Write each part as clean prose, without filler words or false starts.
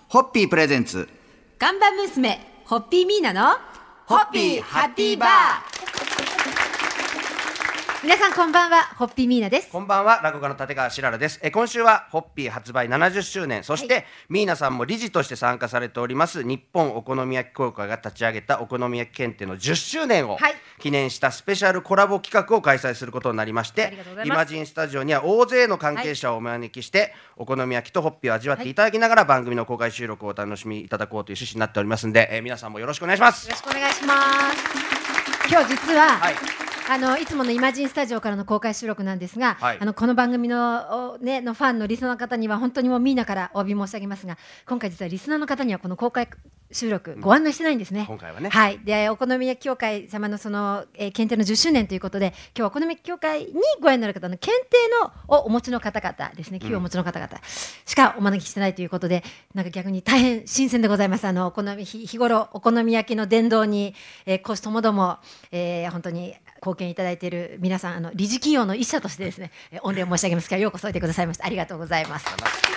ホッピープレゼンツ看板娘ホッピーミーナのホッピーハッピーバー。 皆さんこんばんは、ホッピーミーナです。 こんばんは、落語家の立川しららです。今週はホッピー発売70周年、そして、ミーナさんも理事として参加されております日本お好み焼き協会が立ち上げたお好み焼き検定の10周年を記念したスペシャルコラボ企画を開催することになりまして、イマジンスタジオには大勢の関係者をお招きして、お好み焼きとホッピーを味わっていただきながら、番組の公開収録をお楽しみいただこうという趣旨になっておりますので、皆さんもよろしくお願いします。 よろしくお願いします。今日実は、いつものイマジンスタジオからの公開収録なんですが、この番組の、ファンのリスナーの方には本当にもうミーナからお詫び申し上げますが、今回実はリスナーの方にはこの公開収録ご案内してないんですね。 今回はね、 でお好み焼き協会様のその、検定の10周年ということで、今日はお好み焼き協会にご縁のある方の検定のをお持ちの方々ですね、給与をお持ちの方々しかお招きしてないということで、なんか逆に大変新鮮でございます。日頃お好み焼きの伝道に、講師ともども、本当に貢献いただいている皆さん、理事企業の一社としてですね、御礼申し上げますから、ようこそおいでくださいました。ありがとうございます。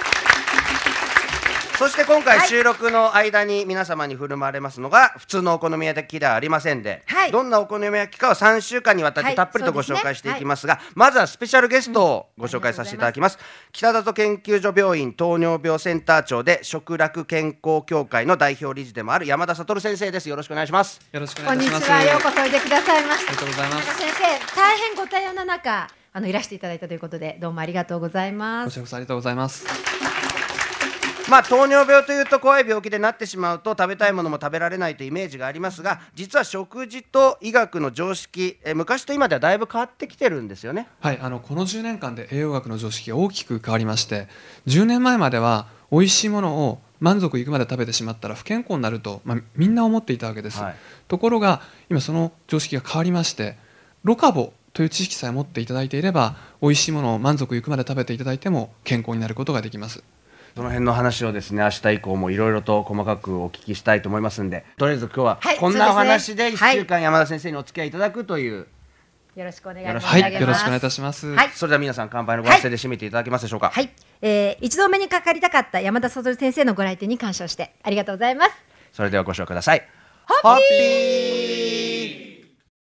そして今回収録の間に皆様に振る舞われますのが普通のお好み焼きではありませんで、どんなお好み焼きかは3週間にわたってたっぷりとご紹介していきますが、まずはスペシャルゲストをご紹介させていただきます。北里研究所病院糖尿病センター長で食楽健康協会の代表理事でもある山田悟先生です。よろしくお願いします。 よろしくお願いします。 こんにちは、ようこそおいでくださいました。 ありがとうございます。 先生、大変ご多様な中いらしていただいたということで、どうもありがとうございます。 こちらこそありがとうございます。 糖尿病というと怖い病気でなってしまうと食べたいものも食べられないというイメージがありますが、実は食事と医学の常識、昔と今ではだいぶ変わってきてるんですよね。 はい、この10年間で栄養学の常識が大きく変わりまして、10年前までは美味しいものを満足いくまで食べてしまったら不健康になると、みんな思っていたわけです。ところが今その常識が変わりまして、ロカボという知識さえ持っていただいていれば、美味しいものを満足いくまで食べていただいても健康になることができます。 その辺の話をですね、明日以降もいろいろと細かくお聞きしたいと思いますんで、とりあえず今日はこんなお話で1週間山田先生にお付き合いいただくという、 よろしくお願いします。 はい、よろしくお願いいたします。 それでは皆さん乾杯のご発声で締めていただけますでしょうか。 一度目にかかりたかった山田悟先生のご来店に感謝してありがとうございます。 それではご賞ください。 ホッピー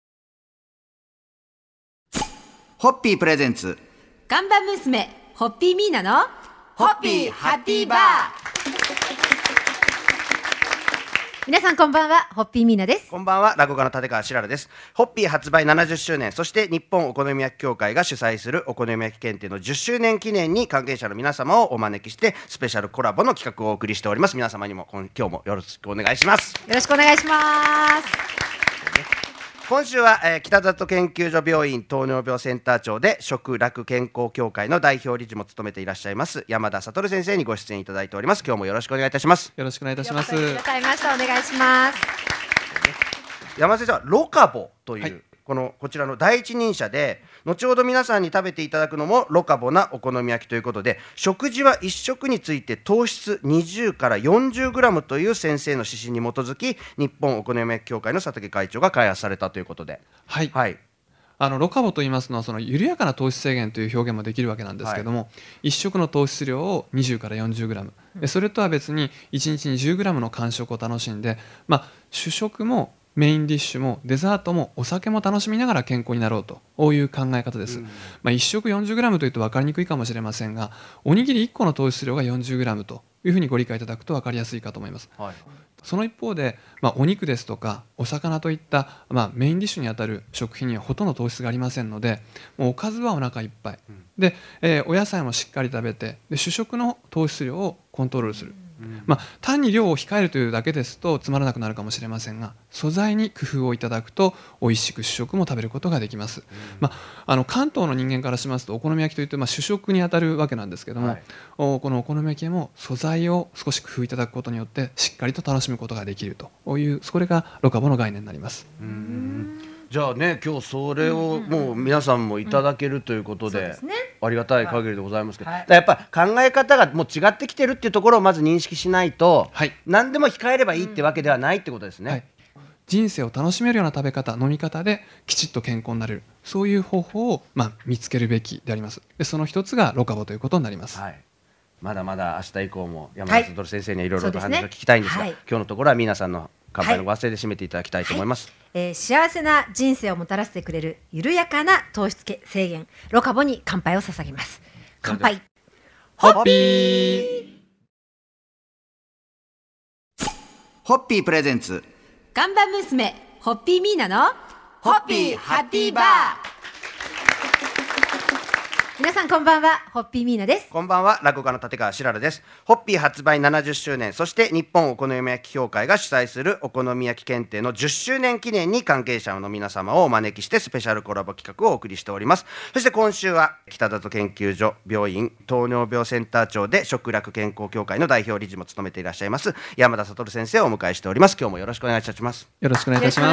ホッピープレゼンツ看板娘ホッピーミーナのホッピーハッピーバー。 皆さんこんばんは、ホッピーミーナです。 こんばんは、落語家の立川しららです。ホッピー発売70周年、そして日本お好み焼き協会が主催するお好み焼き検定の10周年記念に関係者の皆様をお招きしてスペシャルコラボの企画をお送りしております。皆様にも今日もよろしくお願いします。 よろしくお願いします。 今週は、北里研究所病院糖尿病センター長で食楽健康協会の代表理事も務めていらっしゃいます山田悟先生にご出演いただいております。今日もよろしくお願いいたします。 よろしくお願いいたします。 お願いします。 山田先生はロカボという、こちらの第一人者で、後ほど皆さんに食べていただくのもロカボなお好み焼きということで、食事は1食について糖質20から40グラムという先生の指針に基づき、日本お好み焼き協会の佐竹会長が開発されたということで、 ロカボと言いますのは、その緩やかな糖質制限という表現もできるわけなんですけども、1食の糖質量を20から40グラム、それとは別に1日に10グラムの間食を楽しんで、主食もメインディッシュもデザートもお酒も楽しみながら健康になろうという考え方です。1食 40g というと分かりにくいかもしれませんが、おにぎり1個の糖質量が 40g というふうにご理解いただくと分かりやすいかと思います。その一方で、お肉ですとかお魚といった、メインディッシュにあたる食品にはほとんど糖質がありませんので、もうおかずはお腹いっぱい、で、お野菜もしっかり食べて、で主食の糖質量をコントロールする。単に量を控えるというだけですとつまらなくなるかもしれませんが、素材に工夫をいただくと美味しく主食も食べることができます。関東の人間からしますとお好み焼きといって、主食にあたるわけなんですけども、このお好み焼きも素材を少し工夫いただくことによってしっかりと楽しむことができるという、それがロカボの概念になります。 じゃあね、今日それをもう皆さんもいただけるということで、ありがたい限りでございますけど、やっぱ考え方がもう違ってきてるっていうところをまず認識しないと、何でも控えればいいってわけではないってことですね。 人生を楽しめるような食べ方、飲み方できちっと健康になれる、そういう方法を見つけるべきであります。でその一つがロカボということになります。 まだまだ明日以降も山田悟先生にはいろいろと話を聞きたいんですが、今日のところは皆さんの乾杯のご発声で締めていただきたいと思います。 幸せな人生をもたらしてくれる緩やかな糖質制限ロカボに乾杯を捧げます。乾杯。 ホッピー。ホッピープレゼンツ看板娘ホッピーミーナのホッピーハッピーバー。 皆さんこんばんは、ホッピーミーナです。 こんばんは、落語家の立川しららです。ホッピー発売70周年、そして日本お好み焼き協会が主催するお好み焼き検定の10周年記念に関係者の皆様をお招きしてスペシャルコラボ企画をお送りしております。そして今週は北里研究所病院糖尿病センター長で食楽健康協会の代表理事も務めていらっしゃいます山田悟先生をお迎えしております。今日もよろしくお願いいたします。 よろしくお願いいたします。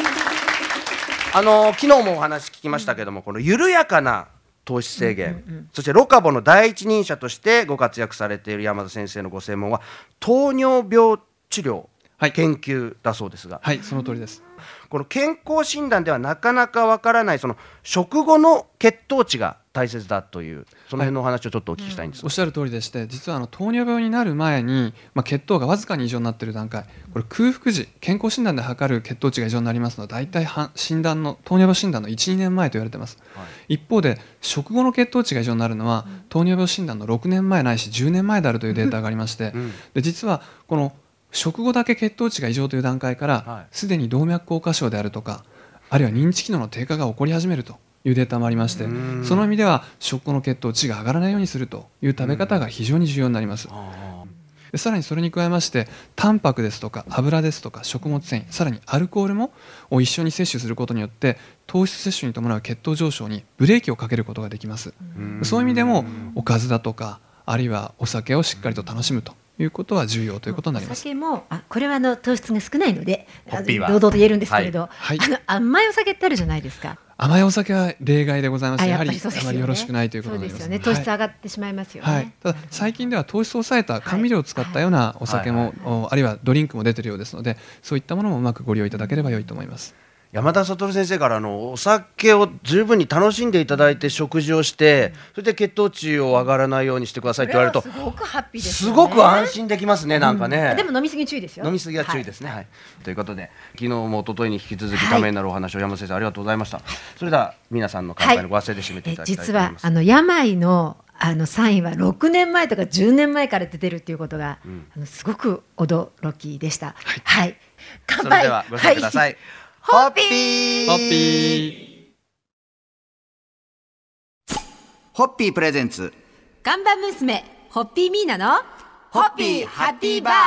昨日もお話聞きましたけども、この緩やかな糖質制限、そしてロカボの第一人者としてご活躍されている山田先生のご専門は糖尿病治療、研究だそうですが、 はい、その通りです。 この健康診断ではなかなかわからないその食後の血糖値が大切だというその辺のお話をちょっとお聞きしたいんです。 おっしゃる通りでして、実は糖尿病になる前に、血糖がわずかに異常になっている段階、これ空腹時健康診断で測る血糖値が異常になりますので、大体診断の糖尿病診断の 1,2 年前と言われています。一方で食後の血糖値が異常になるのは、糖尿病診断の6年前ないし10年前であるというデータがありまして、で実はこの食後だけ血糖値が異常という段階からすでに動脈硬化症であるとか、あるいは認知機能の低下が起こり始めるというデータもありまして、その意味では食後の血糖値が上がらないようにするという食べ方が非常に重要になります。でさらにそれに加えまして、タンパクですとか油ですとか食物繊維、さらにアルコールも一緒に摂取することによって糖質摂取に伴う血糖上昇にブレーキをかけることができます。そういう意味でもおかずだとか、あるいはお酒をしっかりと楽しむということは重要ということになります。 お酒もこれは糖質が少ないので堂々と言えるんですけれど、甘いお酒ってあるじゃないですか。 甘いお酒は例外でございまして、やはりあまりよろしくないということになります。 そうですよね、糖質上がってしまいますよね。 ただ最近では糖質を抑えた甘味料を使ったようなお酒も、あるいはドリンクも出ているようですので、そういったものもうまくご利用いただければ良いと思います。 山田悟先生からお酒を十分に楽しんでいただいて食事をして、それで血糖値を上がらないようにしてくださいって言われるとすごくハッピーですよね。 すごく安心できますね。なんかね、 でも飲みすぎ注意ですよ。 飲みすぎは注意ですね。ということで昨日も一昨日に引き続きためになるお話を山田先生ありがとうございました。それでは皆さんの乾杯のご発声で締めていただきたいと思います。 実は病のサインは6年前とか10年前から出てるっていうことが、すごく驚きでした。はい、乾杯。 それではご覧ください。ホッピー。 ホッピー。ホッピープレゼンツ看板娘ホッピーミーナのホッピーハッピーバー。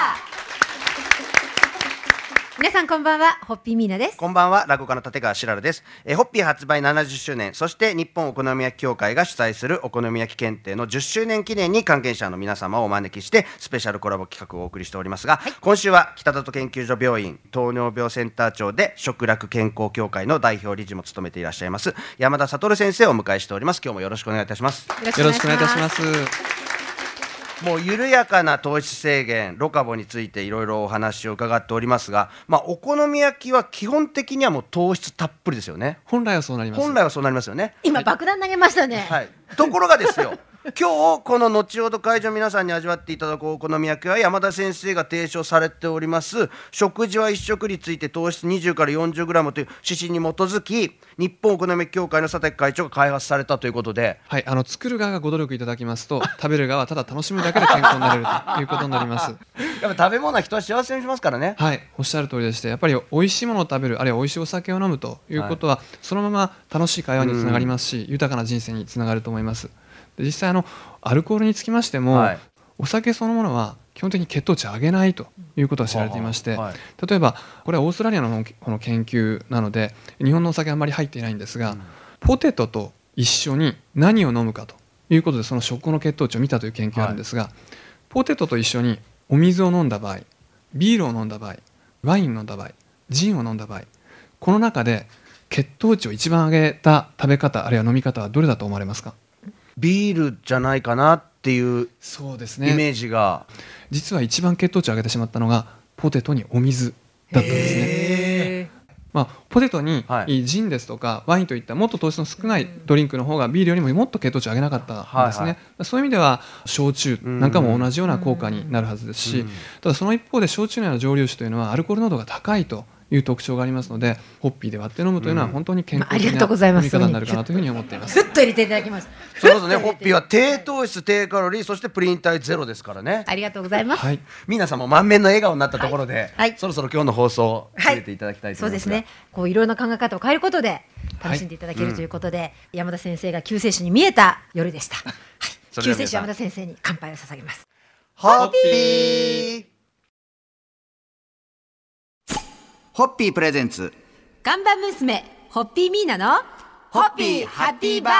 皆さんこんばんは、ホッピーミーナです。 こんばんは、落語家の立川しららです。ホッピー発売70周年、そして日本お好み焼き協会が主催するお好み焼き検定の10周年記念に関係者の皆様をお招きしてスペシャルコラボ企画をお送りしておりますが、今週は北里研究所病院糖尿病センター長で食楽健康協会の代表理事も務めていらっしゃいます山田悟先生をお迎えしております。今日もよろしくお願いいたします。 よろしくお願いいたします。 もう緩やかな糖質制限ロカボについていろいろお話を伺っておりますが、お好み焼きは基本的にはもう糖質たっぷりですよね。 本来はそうなります。 本来はそうなりますよね。 今爆弾投げましたね。 ところがですよ今日この後ほど会場皆さんに味わっていただくお好み焼きは山田先生が提唱されております食事は1食について糖質20から 40g という指針に基づき日本お好み焼き協会の佐竹会長が開発されたということで、 作る側がご努力いただきますと食べる側はただ楽しむだけで健康になれるということになります。 やっぱ食べ物は人は幸せにしますからね。 おっしゃる通りでして、やっぱり美味しいものを食べる、あるいは美味しいお酒を飲むということは、そのまま楽しい会話につながりますし、豊かな人生につながると思います。で実際アルコールにつきましても、お酒そのものは基本的に血糖値を上げないということが知られていまして、例えばこれはオーストラリアのこの研究なので日本のお酒はあまり入っていないんですが、ポテトと一緒に何を飲むかということでその食後の血糖値を見たという研究があるんですが、ポテトと一緒にお水を飲んだ場合、ビールを飲んだ場合、ワインを飲んだ場合、ジンを飲んだ場合、この中で血糖値を一番上げた食べ方あるいは飲み方はどれだと思われますか？ ビールじゃないかなっていうイメージが、 実は一番血糖値を上げてしまったのがポテトにお水だったんですね。 ポテトにはいジンですとかワインといったもっと糖質の少ないドリンクの方がビールよりももっと血糖値を上げなかったんですね、そういう意味では焼酎なんかも同じような効果になるはずですし、ただその一方で焼酎のような蒸留酒というのはアルコール濃度が高いという特徴がありますので、ホッピーで割って飲むというのは本当に健康的な飲み方になるかなというふうに思っています。 ふっと入れていただきました。 それこそね、ホッピーは低糖質低カロリー、そしてプリン体ゼロですからね。 ありがとうございます。 はい、 皆さんも満面の笑顔になったところで、 はいそろそろ今日の放送を入れていただきたいと思いますが、 そうですね。こういろんな考え方を変えることで楽しんでいただけるということで、山田先生が救世主に見えた夜でした。はい、救世主山田先生に乾杯を捧げます。 ホッピーホッピープレゼンツ看板娘ホッピーミーナのホッピーハッピーバー。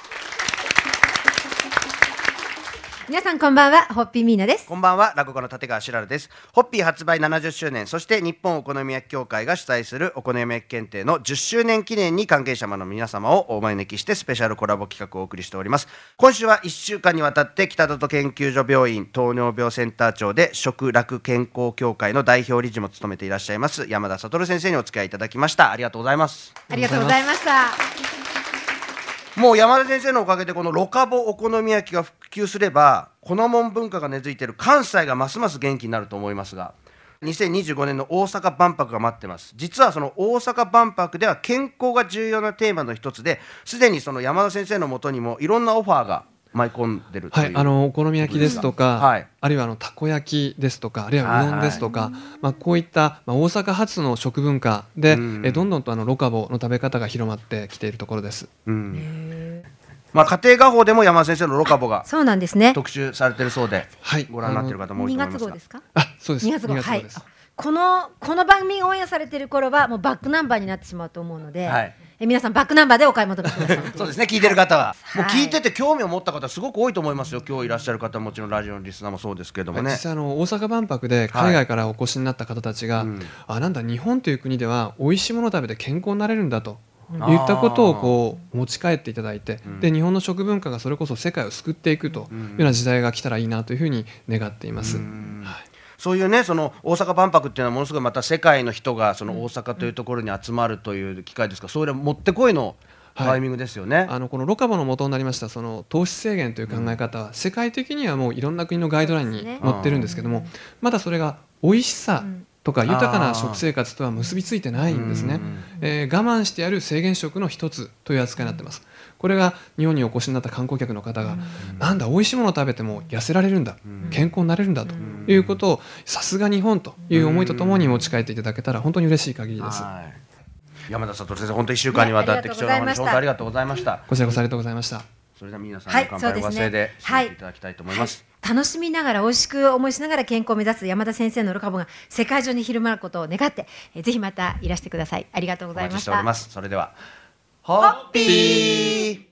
皆さんこんばんは、ホッピーミーナです。 こんばんは、落語家の立川しららです。ホッピー発売70周年、そして日本お好み焼き協会が主催するお好み焼き検定の10周年記念に関係者の皆様をお招きしてスペシャルコラボ企画をお送りしております。今週は1週間にわたって北里研究所病院糖尿病センター長で食楽健康協会の代表理事も務めていらっしゃいます山田悟先生にお付き合いいただきました。ありがとうございます。 ありがとうございました。 もう山田先生のおかげでこのロカボお好み焼きが普及すれば粉もん文化が根付いている関西がますます元気になると思いますが、2025年の大阪万博が待ってます。実はその大阪万博では健康が重要なテーマの一つで、すでにその山田先生のもとにもいろんなオファーが舞い込んでるという、 お好み焼きですとか、 はい、 あるいはたこ焼きですとか、あるいはうどんですとか、こういった、大阪発の食文化で、どんどんとロカボの食べ方が広まってきているところです。 家庭画報でも山田先生のロカボがそうなんですね、 特集されてるそうで、ご覧になっている方も多いと思いますが。 2月号ですか？ そうです。 2月号、はい。 です。 この番組がオンエアされている頃はもうバックナンバーになってしまうと思うので、皆さんバックナンバーでお買い求めください。 そうですね、聞いてる方は、もう聞いてて興味を持った方すごく多いと思いますよ。今日いらっしゃる方もちろんラジオのリスナーもそうですけどもね、 実際大阪万博で海外からお越しになった方たちが、なんだ日本という国では美味しいものを食べて健康になれるんだと言ったことをこう持ち帰っていただいて、で日本の食文化がそれこそ世界を救っていくというような時代が来たらいいなというふうに願っています。 そういうね、その大阪万博っていうのはものすごいまた世界の人がその大阪というところに集まるという機会ですから、それもってこいのタイミングですよね。 このロカボの元になりましたその糖質制限という考え方は、世界的にはもういろんな国のガイドラインに載ってるんですけども、まだそれが美味しさとか豊かな食生活とは結びついてないんですね。我慢してやる制限食の一つという扱いになってます。これが日本にお越しになった観光客の方が、なんだ美味しいものを食べても痩せられるんだ、健康になれるんだということを、さすが日本という思いとともに持ち帰っていただけたら本当に嬉しい限りです。 山田悟先生、本当1週間にわたって貴重なお話本当ありがとうございました。 こちらこそありがとうございました。 それでは皆さんの乾杯を忘れで締めていただきたいと思います。 楽しみながら美味しく思いしながら健康を目指す山田先生のロカボが世界中に広まることを願って、ぜひまたいらしてください。ありがとうございました。 お待ちしております。それではホッピー。